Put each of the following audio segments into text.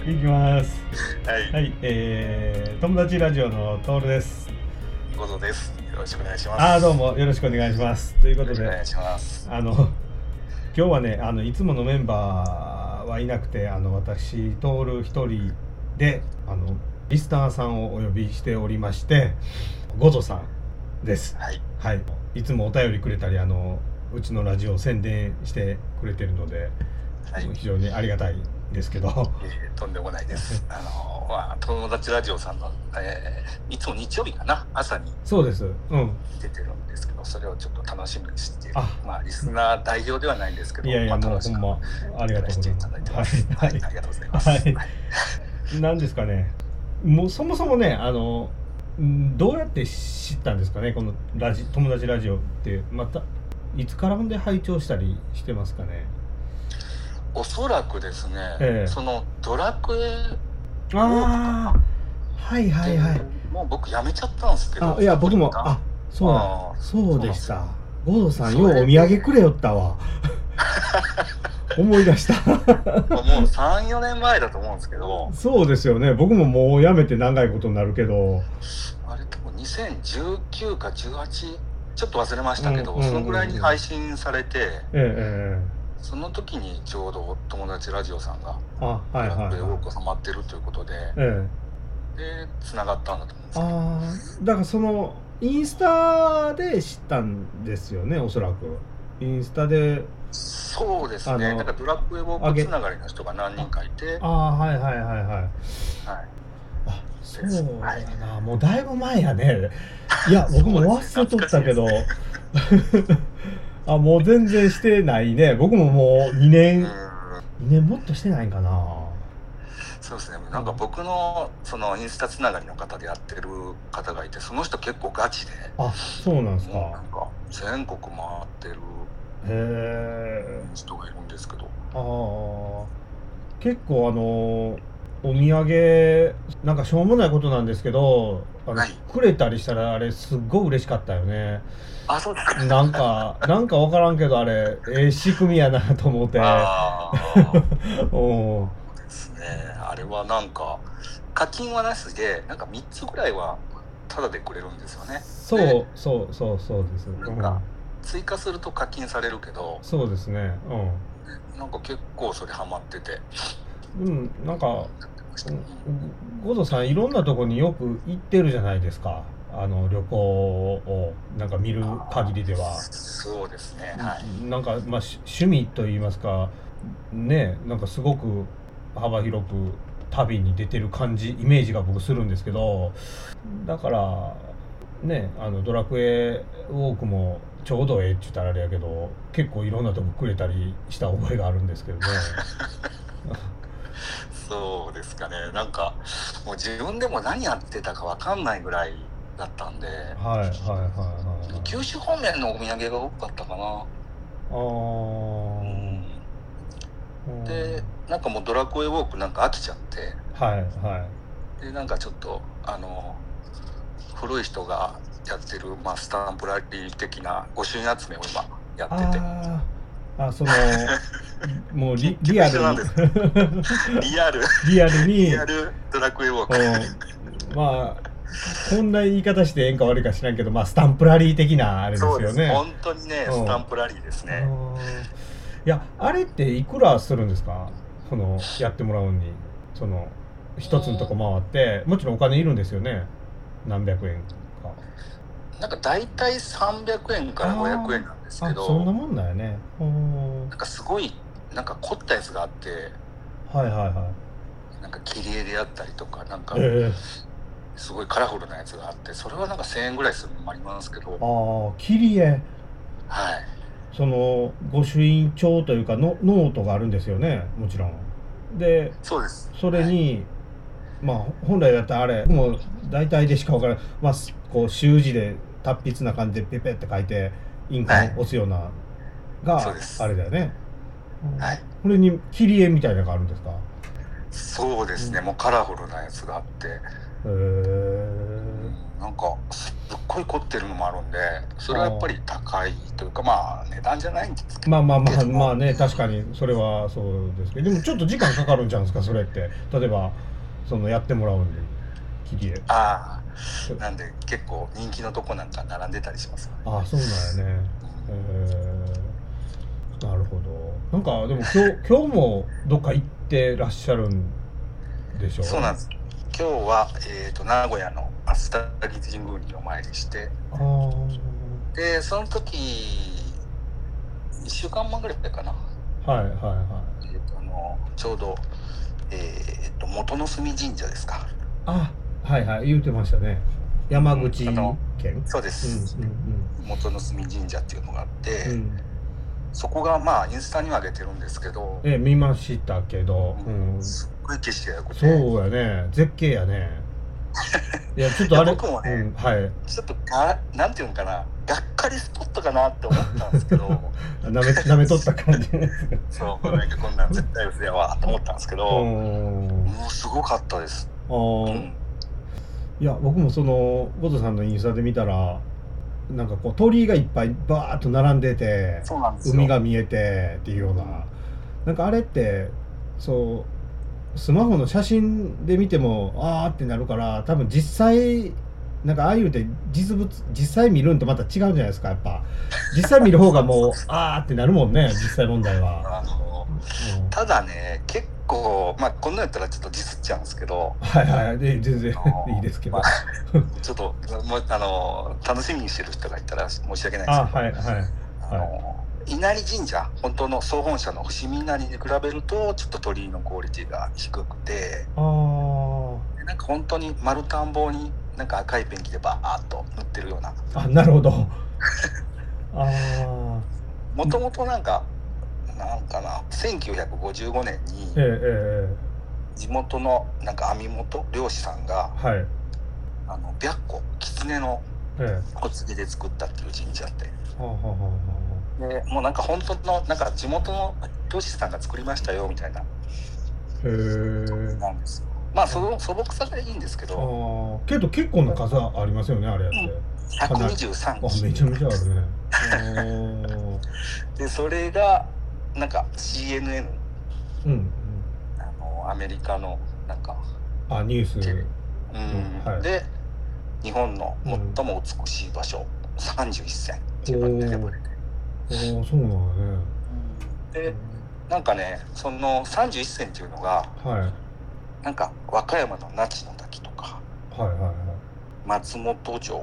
いきます。 はい、 はい、友達ラジオのトールです。 後藤です。よろしくお願いします。 どうもよろしくお願いします。ということで、 お願いします。 今日はね、いつものメンバーはいなくて、私トール一人で、リスナーさんをお呼びしておりまして、ゴゾさんです。 はい。 はい。いつもお便りくれたり、うちのラジオを宣伝してくれてるので、 はい、 非常にありがたいですけど。 とんでもないです。友達ラジオさんの、いつも日曜日かな、朝にそうです。うん。 出てるんですけど、それをちょっと楽しみにしている。リスナー代表ではないんですけど、 いやいや、もう楽しくほんまありがとうございます。 はい、ありがとうございます。 はい。なんですかね。もうそもそもね、どうやって知ったんですかね、この友達ラジオって。またいつからで拝聴したりしてますかね。 おそらくですね、そのドラクエはいはいはい。 もう僕やめちゃったんですけど。 いや僕もそうでした。ゴードさんようお土産くれよったわ。思い出した。 もう3、4年前だと思うんですけど。 そうですよね。僕ももうやめて長いことになるけど。 あれ結構2019か18ちょっと忘れましたけど、そのぐらいに配信されて、その時にちょうど友達ラジオさんがドラクエウォークハマってるということで、で繋がったんだと思うんですけど。 だからそのインスタで知ったんですよね、おそらく。インスタで。 そうですね。なんかドラクエウォークつながりの人が何人かいて。 はいはいはいはい。はい。そうやな、もうだいぶ前やね。いや僕も忘れとったけど。もう全然してないね。僕ももう2年もっとしてないんかな。 そうですね。なんか僕のそのインスタつながりの方でやってる方がいて、その人結構ガチで。 そうなんですか。 なんか全国回ってる人がいるんですけど。 結構お土産なんかしょうもないことなんですけど、くれたりしたらあれすっごい嬉しかったよね。 そうですか。 なんか分からんけどあれ仕組みやなと思って。 そうですね。あれはなんか課金はなしで、なんか3つぐらいはタダでくれるんですよね。 そうです。 なんか追加すると課金されるけど。 そうですね。 なんか結構それハマってて。 なんかゴドさんいろんなとこによく行ってるじゃないですか。旅行をなんか見る限りでは。 そうですね。はい。 なんか趣味といいますかね、なんかすごく幅広く旅に出てる感じ、イメージが僕するんですけど、だからね、ドラクエウォークもちょうどって言ったらあれやけど、結構いろんなとこくれたりした覚えがあるんですけどね。 そうですかね。なんかもう自分でも何やってたか分かんないぐらいだったんで。九州方面のお土産が多かったかな。でなんかもうドラクエウォークなんか飽きちゃって。でなんかちょっと古い人がやってる、スタンプラリー的な御朱印集めを今やってて。 そのもうリアルにリアルドラクエウォーク。 こんな言い方してええんか悪いか知らんけど、スタンプラリー的なあれですよね。 そうです。本当にね、スタンプラリーですね。 いや、あれっていくらするんですか？そのやってもらうに、その一つのとこ回ってもちろんお金いるんですよね。何百円か。 なんか大体300円から500円なんですけど。 そんなもんだよね。 なんかすごいなんか凝ったやつがあって。なんか切り絵であったりとか、なんかすごいカラフルなやつがあって、それはなんか1000円ぐらいするのもありますけど。 切り絵。 はい。 その御朱印帳というかノートがあるんですよね、もちろん。で、 そうです。 それに、本来だったらあれ僕も大体でしか分からない、こう習字で達筆な感じでペペって書いて印鑑を押すようながあれだよね。これに切り絵みたいなのがあるんですか？ そうですね。もうカラフルなやつがあって。なんかすっごごい凝ってるのもあるんで、それはやっぱり高いというか、まあ値段じゃないんですけど、 まあね、確かにそれはそうですけど、でもちょっと時間かかるんちゃうんですか、それって。例えばそのやってもらうんで切り絵。 なんで結構人気のとこなんか並んでたりしますよね。 そうなんやね。なるほど。なんかでも今日もどっか行ってらっしゃるんでしょ？ そうなんです。今日は、名古屋の飛鳥神宮にお参りして、でその時1週間前ぐらいかな。ちょうど、元の隅神社ですか。 言うてましたね。山口県。 そうです、元の隅神社っていうのがあって、そこがまあインスタには上げてるんですけど、 見ましたけど、 すっごい景色が良くて。 そうやね、絶景やね。いやちょっとあれ僕もね、ちょっとなんていうのかな、がっかりスポットかなって思ったんですけどなめとった感じそうなんかこんなん絶対嘘やわと思ったんですけど、もうすごかったです。 いや僕もそのゴトさんのインスタで見たら、なんかこう鳥居がいっぱいバーッと並んでて、海が見えてっていうような、なんかあれってそうスマホの写真で見てもってなるから、多分実際なんかああいうて実際見るんとまた違うんじゃないですか。やっぱ実際見る方がもうってなるもんね、実際問題は。 ただね、結構こんなんやったらちょっとディスっちゃうんですけど、 全然いいですけど、 ちょっと楽しみにしてる人がいたら申し訳ないですけど、稲荷神社、本当の総本社の伏見稲荷に比べるとちょっと鳥居のクオリティが低くて、なんか本当に丸田んぼになんか赤いペンキでバーッと塗ってるような。 なるほど。 もともとなんかな1955年に地元のなんか網元漁師さんが、白虎狐の小継ぎで作ったっていう神社で、でもうなんか本当のなんか地元の漁師さんが作りましたよみたいななんですよ。その素朴さがいいんですけど、 けど結構な数ありますよね、あれやって。 123基。 めちゃめちゃあるね。 でそれがなんか CNN、アメリカのなんかニュースで日本の最も美しい場所31選っていうのが出てくれて、 そうなんだね。 でなんかね、その31選っていうのが、なんか和歌山の那智の滝とか、松本城、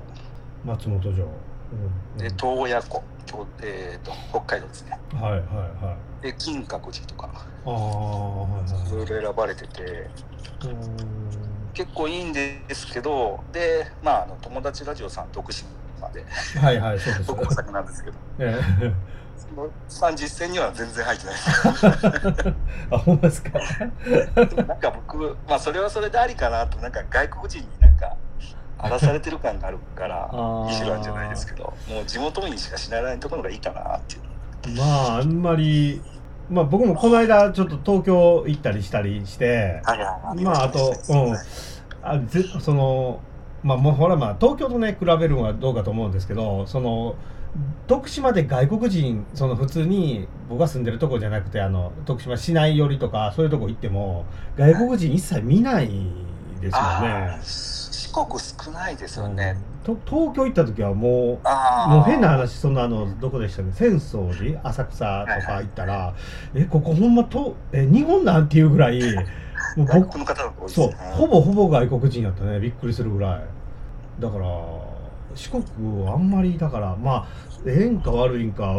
で洞爺湖、北海道ですね。で金閣寺とかいろいろ選ばれてて、結構いいんですけど、で友達ラジオさん徳島で僕の作なんですけど、その30選には全然入ってないです。 ほんまですか。 なんか僕それはそれでありかなと、なんか外国人になんか荒らされてる感があるからミシュランじゃないですけど、もう地元民しか知らないところがいいかなっていう。 あんまり僕もこの間ちょっと東京行ったりしたりして、あとそのもうほら東京とね比べるのはどうかと思うんですけど、その徳島で外国人、その普通に僕が住んでるとこじゃなくて徳島市内寄りとかそういうとこ行っても外国人一切見ないですよね。 四国少ないですよね。 東京行った時はもう変な話、そのどこでしたっけ、浅草寺、浅草とか行ったら、ここほんま日本なんていうぐらいもう外国の方が多いですね。 ほぼ外国人やったね。びっくりするぐらいだから、四国あんまりだから、縁か悪いんか、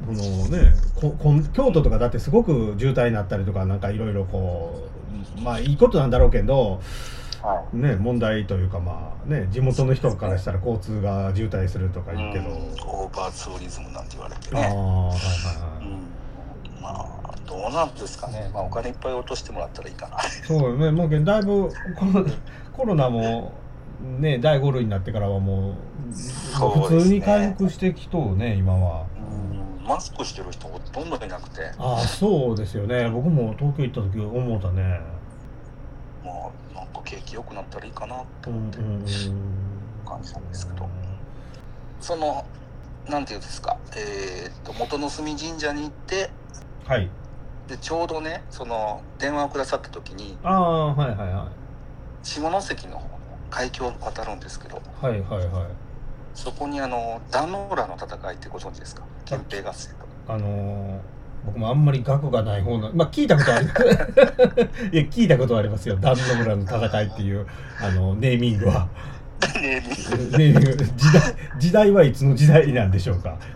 京都とかだってすごく渋滞になったりとか、なんかいろいろこういいことなんだろうけど、問題というか地元の人からしたら交通が渋滞するとか言うけど、 オーバーツーリズムなんて言われてね。どうなんですかね。お金いっぱい落としてもらったらいいかな。 そうね。もうだいぶコロナもね、第5類になってからはもう普通に回復してきとうね、今は。 マスクしてる人ほとんどいなくて。 そうですよね。僕も東京行った時思ったね。 なんか景気良くなったらいいかなって思って感じなんですけど。 そのなんていうんですか、元の隅神社に行って、 はい、 でちょうどねその電話をくださった時に、 はいはいはい、 下関の方の海峡を渡るんですけど、 はいはいはい、 そこに壇ノ浦の戦いってご存知ですか？源平合戦とか。 僕もあんまり額がない方の、まあ聞いたことありますいや聞いたことはありますよ、壇ノ浦の戦いっていうネーミングはネーミング時代はいつの時代なんでしょうか？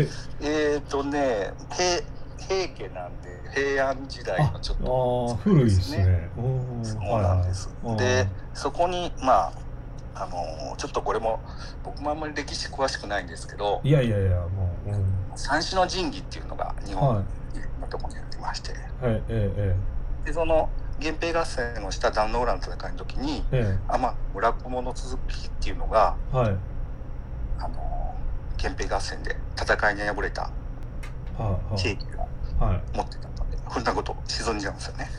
平家なんで平安時代のちょっと、 ね、古いですね。 そうなんです、はいはい、でそこにまあちょっとこれも僕もあんまり歴史詳しくないんですけど、 いやいやいやもう、三種の神器っていうのが日本のところにありまして、 はい、 でその源平合戦をした壇ノ浦の戦いの時に、村雲の続きっていうのが、 はい、 源平合戦で戦いに敗れた地域が持ってたので、こんなこと沈んじゃうんですよね。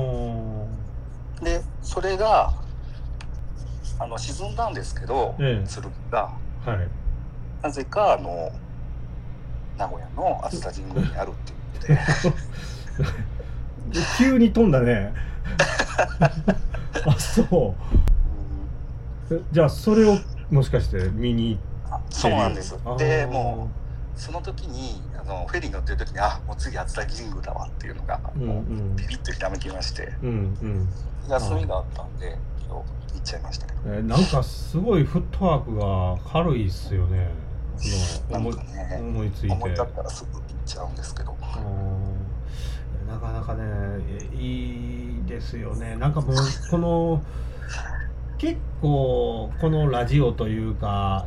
でそれが沈んだんですけど、剣が、はい、なぜか名古屋の熱田神宮にあるっていうことで急に飛んだねあ、そう、じゃあそれをもしかして見に行ってる？ そうなんです。でもうその時にフェリー乗ってる時にもう次熱田神宮だわっていうのが、ビビッとひらめきまして、休みがあったんで行っちゃいましたけど、 なんかすごいフットワークが軽いっすよね。 なんかね、思いついて思い立ったらすぐ行っちゃうんですけど、 なかなかねいいですよね。なんかもうこの結構このラジオというか、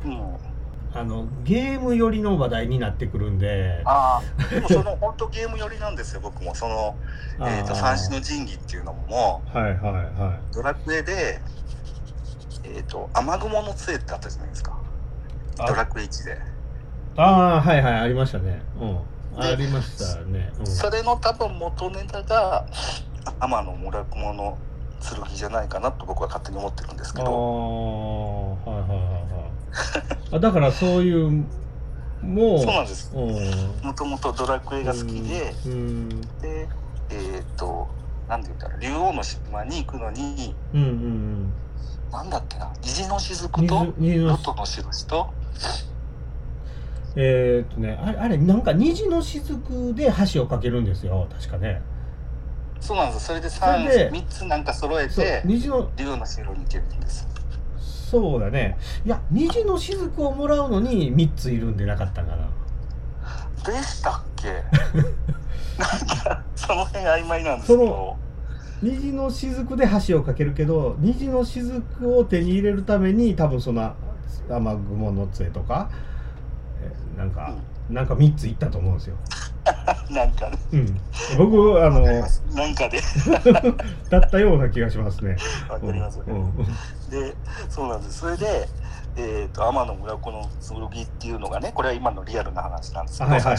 ゲーム寄りの話題になってくるんで、 でもその本当ゲーム寄りなんですよ。僕もその三種の神器っていうのも、ドラクエで雨雲の杖ってあったじゃないですか、ドラクエ1で。 はいはい、ありましたね。ありましたね。 それの多分元ネタが天の村雲の剣じゃないかなと僕は勝手に思ってるんですけど。 だからそういうそうなんです。もともとドラクエが好きで、でなんて言ったら竜王の島に行くのに、なんだっけな、虹の雫とロトの印とあれなんか虹の雫で橋を架けるんですよ、確かね。 そうなんです。それで3つなんか揃えて竜の城に行けるんです。 そうだね。いや、虹の雫をもらうのに3ついるんでなかったかな。 でしたっけなんかその辺曖昧なんですけど、 虹の雫で橋を架けるけど、虹の雫を手に入れるために多分その雨雲の杖とかなんか3ついったと思うんですよなんかね、 僕なんかでだったような気がしますね。 わかりますね。でそうなんです。それで天の村子の剣っていうのがね、これは今のリアルな話なんですけど、八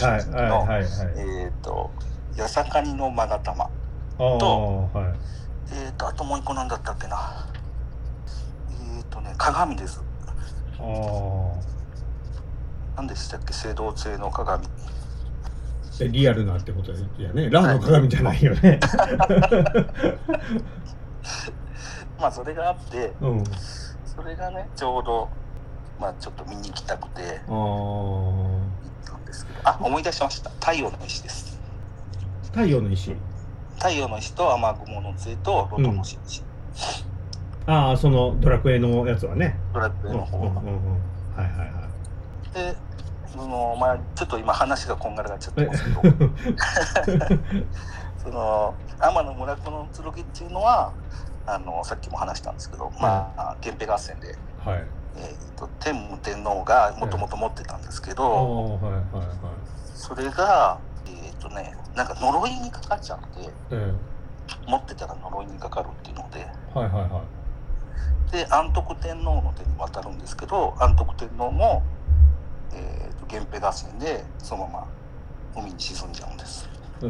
坂の勾玉と、あともう一個なんだったっけな、鏡です。何でしたっけ、青銅製の鏡。 リアルなってことやね。ラーの鏡じゃないよね。 まあそれがあって、それがねちょうどちょっと見に行きたくて行ったんですけど、思い出しました。太陽の石です。 太陽の石。 太陽の石と雨雲の杖とロトの印。 そのドラクエのやつはね。 ドラクエの方が。でちょっと今話がこんがらがっちゃってますけどその天の村子の剣っていうのはさっきも話したんですけど、源平合戦で、天武天皇がもともと持ってたんですけど、それがなんか呪いにかかっちゃって、持ってたら呪いにかかるっていうので、で安徳天皇の手に渡るんですけど、安徳天皇も源平合戦でそのまま海に沈んじゃうんです。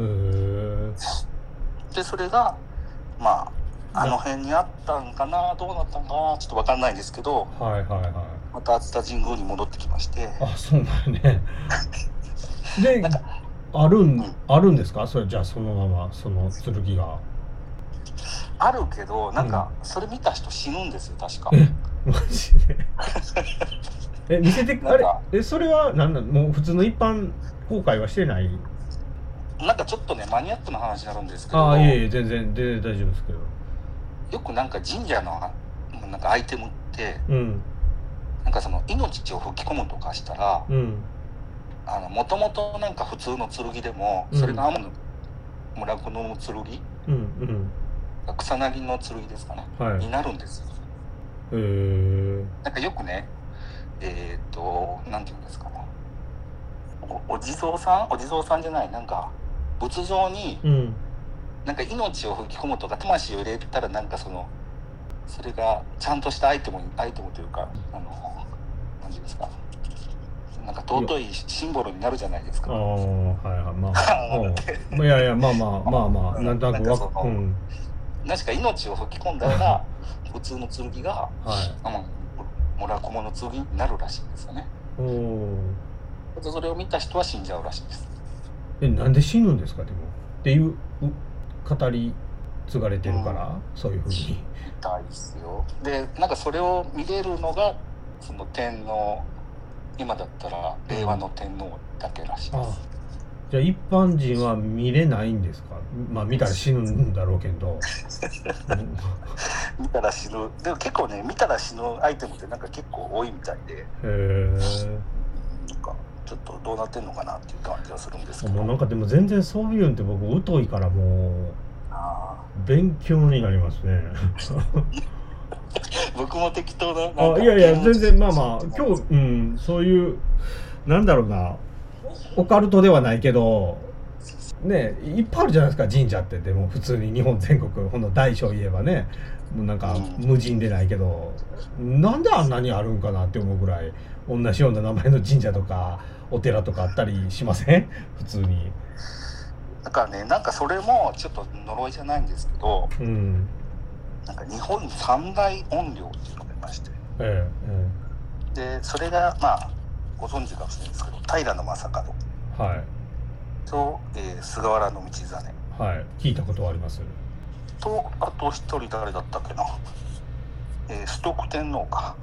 でそれがあの辺にあったんかな、どうなったんかな、ちょっと分かんないですけど、 また熱田神宮に戻ってきまして。 あ、そうなんよね。であるんですか、それじゃあそのままその剣が。 あるけどなんかそれ見た人死ぬんですよ確か。 マジで見せてあれそれはなんだ、もう普通の一般公開はしてない？ なんかちょっとねマニアックな話になるんですけど。 ああ、いえいえ、全然大丈夫ですけど。 よくなんか神社のなんかアイテムって、なんかその命を吹き込むとかしたら、もともとなんか普通の剣でも、それが天の村子の剣、草薙の剣ですかね、になるんですよ。なんかよくね、なんていうんですかね、お地蔵さんじゃない、なんか仏像に、なんか命を吹き込むとか魂を入れたらなんかそれがちゃんとしたアイテムというか、なんていうんですか、なんか尊いシンボルになるじゃないですか。 ああ、はいはい、まあいやいや、まあなんとなく確か命を吹き込んだら普通の剣が村小の剣になるらしいんですよね。それを見た人は死んじゃうらしいです。 なんで死ぬんですかでもっていう語り継がれてるから、そういうふうに。 みたいですよ。でなんかそれを見れるのがその天皇、今だったら令和の天皇だけらしいです。 じゃあ一般人は見れないんですか？まあ見たら死ぬんだろうけど見たら死ぬ。でも結構ね、見たら死ぬアイテムってなんか結構多いみたいで、なんかちょっとどうなってんのかなっていう感じはするんですけど。 もうなんかでも全然そういうんって僕疎いからもう勉強になりますね僕も適当な。 いやいや全然まあ今日そういうなんだろうな、オカルトではないけどね、いっぱいあるじゃないですか神社って。でも普通に日本全国ほんの大小言えばね、もうなんか無人でないけど、なんであんなにあるんかなって思うぐらい同じような名前の神社とかお寺とかあったりしません？普通に。 だからね、なんかそれもちょっと呪いじゃないんですけど、なんか日本三大怨霊っていうのがいまして、でそれがまあご存知かもしれないですけど、平将門と、菅原道真、 聞いたことはあります。 とあと一人誰だったっけな、崇徳天皇か。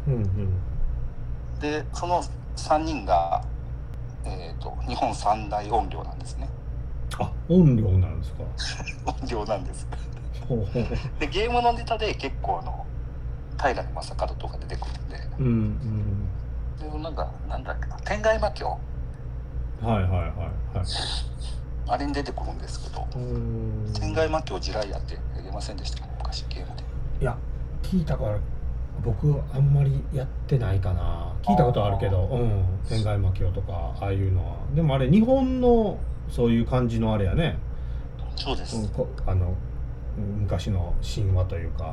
でその3人が、日本三大怨霊なんですね。 あ、怨霊なんですか？ 怨霊なんですでゲームのネタで結構平将門とか出てくるんで、でなんかなんだっけな、天外魔境、あれに出てくるんですけど、天外魔境地雷やって出ませんでしたかね、昔ゲームで。 いや聞いたから僕あんまりやってないかな。聞いたことあるけど、天外魔境とかああいうのは。でもあれ日本のそういう感じのあれやね。 そうです。 昔の神話というか。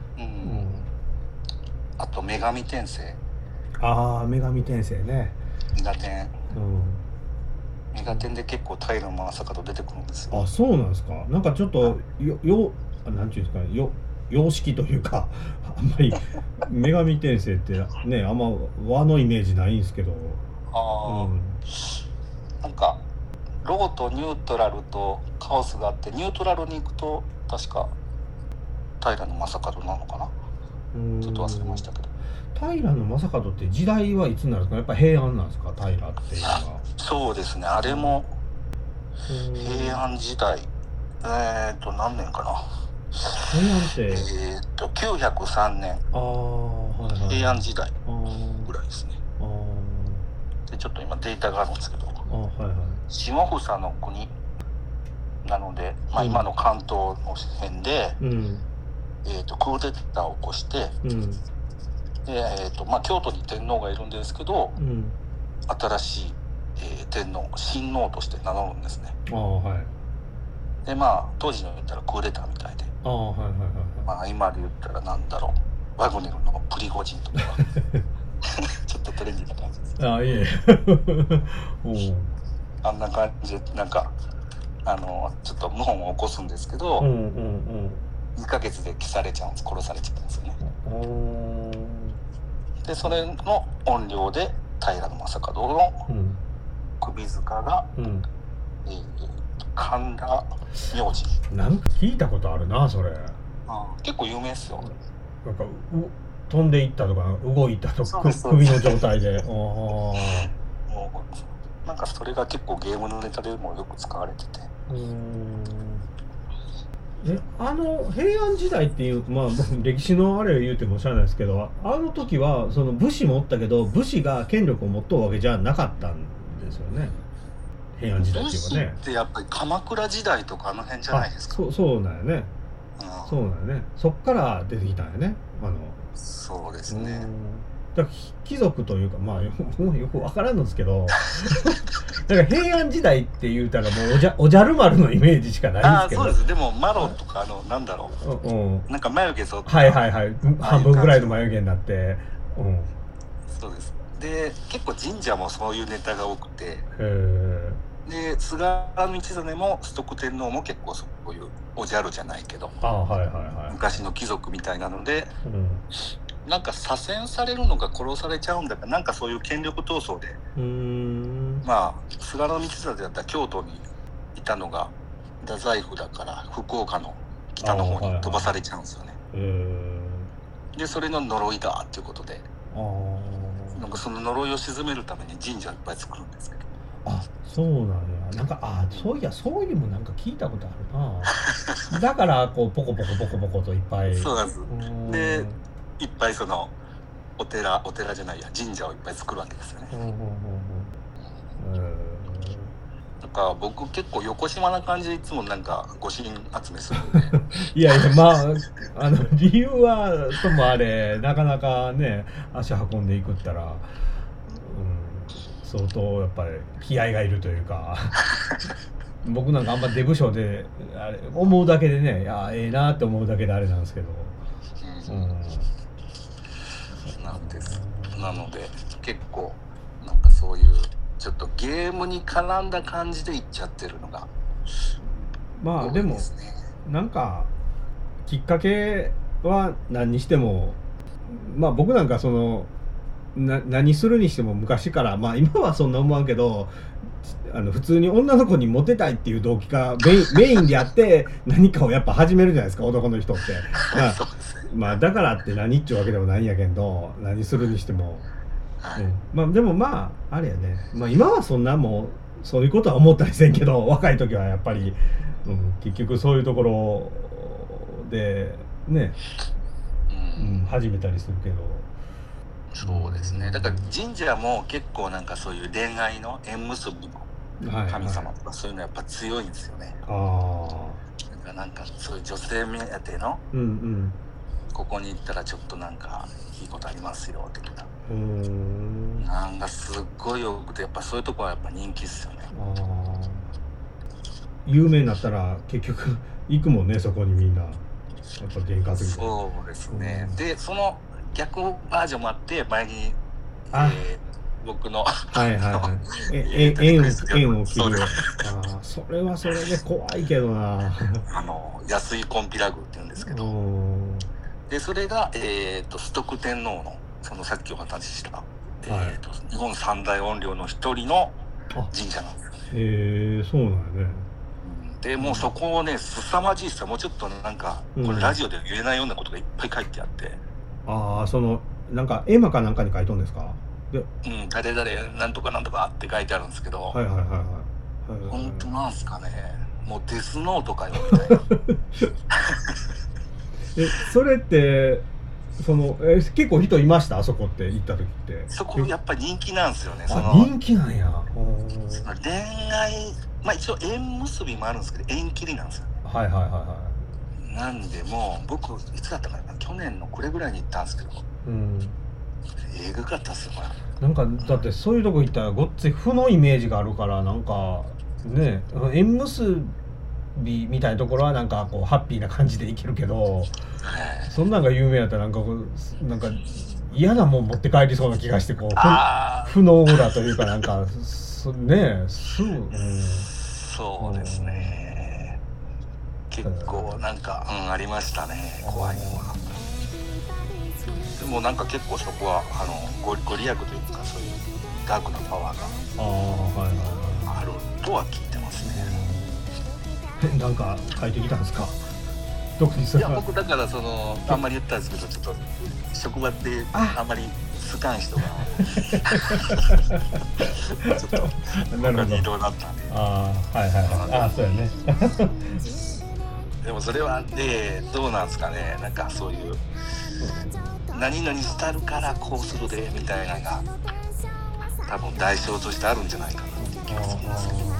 あと女神転生。 女神転生ね。 メガテン。メガテンで結構平将門出てくるんですよ。 あ、そうなんですか。なんかちょっとなんていうんですかね、様式というかあんまり女神転生ってね、あんま和のイメージないんですけど。 なんかローとニュートラルとカオスがあって、ニュートラルに行くと確か平将門なのかな、ちょっと忘れましたけど。 平将門って時代はいつなんですか？やっぱ平安なんですか？平っていうのは。 そうですね、あれも平安時代、何年かな。 平安って 903年、平安時代ぐらいですね。でちょっと今データがあるんですけど、下総の国なので、今の関東の辺で、クーデターを起こして、で京都に天皇がいるんですけど、新しい、天皇親王として名乗るんですね。で当時の言ったらクーデターみたいで、今で言ったらなんだろう、ワグネルのプリゴジンとかちょっとトレンディーな感じです。あんな感じでなんかちょっと謀反を起こすんですけど、2ヶ月で殺されちゃうんですよね。 でそれの音量で平将門の首塚が、神田明神。 なんか聞いたことあるなそれ。 結構有名ですよ。 なんか飛んでいったとか動いたとか首の状態でもうなんかそれが結構ゲームのネタでもよく使われてて。 平安時代っていうまあ歴史のあれを言うてもしゃあないですけど、あの時はその武士もおったけど武士が権力を持っとうわけじゃなかったんですよね。平安時代っていうかね。 武士ってやっぱり鎌倉時代とかあの辺じゃないですか。 そうなんよね。そうなんよね。そっから出てきたんよね。 そうですね。 だから貴族というかまあよく分からんのですけどだから平安時代って言うたらもうおじゃる丸のイメージしかないんですけど。 そうです。でもマロとかなんだろう、なんか眉毛そっはい半分ぐらいの眉毛になって、 そうです。で結構神社もそういうネタが多くて、で菅原道真も崇徳天皇も結構そういうおじゃるじゃないけど、昔の貴族みたいなので、なんか左遷されるのか殺されちゃうんだかなんかそういう権力闘争で、まあ菅原道真だったら京都にいたのが太宰府だから福岡の北の方に飛ばされちゃうんですよね。でそれの呪いだっていうことで、なんかその呪いを鎮めるために神社をいっぱい作るんですけど。 そうなんや。なんかそういうのもなんか聞いたことあるなだからこうポコポコといっぱい。 そうなんです。でいっぱいそのお寺じゃないや神社をいっぱい作るわけですよね。だから僕結構横島な感じでいつもなんか御朱印集めするんでいやまあ理由はともあれなかなかね足運んでいくったら、相当やっぱり気合がいるというか僕なんかあんま出不精であれ思うだけでねええなって思うだけであれなんですけど、 なので結構なんかそういうちょっとゲームに絡んだ感じでいっちゃってるのがまあでもなんかきっかけは何にしてもまあ僕なんかその何するにしても昔からまあ今はそんな思わんけど普通に女の子にモテたいっていう動機がメインであって何かをやっぱ始めるじゃないですか男の人ってまあだからって何っちゅうわけでもないんやけど何するにしても、まあでもまああれやね、まあ今はそんなもうそういうことは思ったりせんけど若い時はやっぱり、結局そういうところでね、始めたりするけど。 そうですね。だから神社も結構なんかそういう恋愛の縁結びの神様とかそういうのやっぱ強いんですよね。なんかそういう女性目当ての、ここに行ったらちょっとなんかいいことありますよ的な、なんかすっごい多くてやっぱそういうとこはやっぱ人気ですよね。 有名になったら結局行くもんねそこにみんなやっぱ験担ぎ。 そうですね。でその逆バージョンもあって前に、僕の縁を切る。それはそれで怖いけどな安井金毘羅宮って言うんですけど、でそれが崇徳天皇のそのさっきお話しした、日本三大怨霊の一人の神社なんですよね。 そうなんやね。 でもうそこをね凄まじいさもうちょっとなんかこれラジオでは言えないようなことがいっぱい書いてあって、 そのなんか絵馬かなんかに書いとんですか？ 誰々なんとかなんとかって書いてあるんですけど、本当なんすかね、もうデスノートかよみたいなそれってその結構人いました？あそこって行った時って。 そこやっぱり人気なんですよね。 人気なんや。 その恋愛まあ一応縁結びもあるんですけど縁切りなんですよ。なんでもう僕いつだったかな去年のこれぐらいに行ったんですけど、えぐかったっすよこれ。 なんかだってそういうとこ行ったらごっつい負のイメージがあるからなんかね縁結びみたいなところはなんかこうハッピーな感じでいけるけど、そんなんが有名やったらなんか嫌なもん持って帰りそうな気がしてこう負のオーラというかなんかねそうですね。結構なんかありましたね怖いのは。 でもなんか結構そこはご利益というかそういうダークなパワーがあるとは聞いてますね。 なんか書いてきたんですか？特にそれは。 いや僕だからあんまり言ったんですけどちょっと職場であんまり好かん人がちょっと他に異動だったんで。 そうやね。 でもそれはねどうなんですかね。なんかそういう何々したるからこうするでみたいなのが多分代償としてあるんじゃないかなっていう気がするんですけど。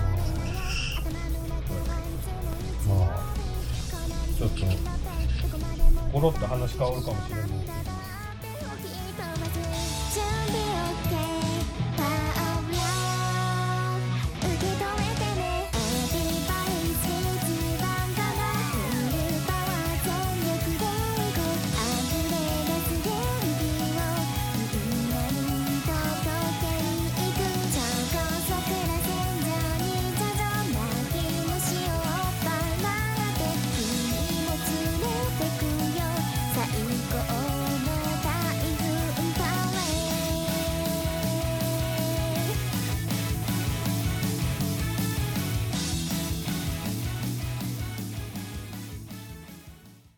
まあちょっとコロッと話変わるかもしれないですけど。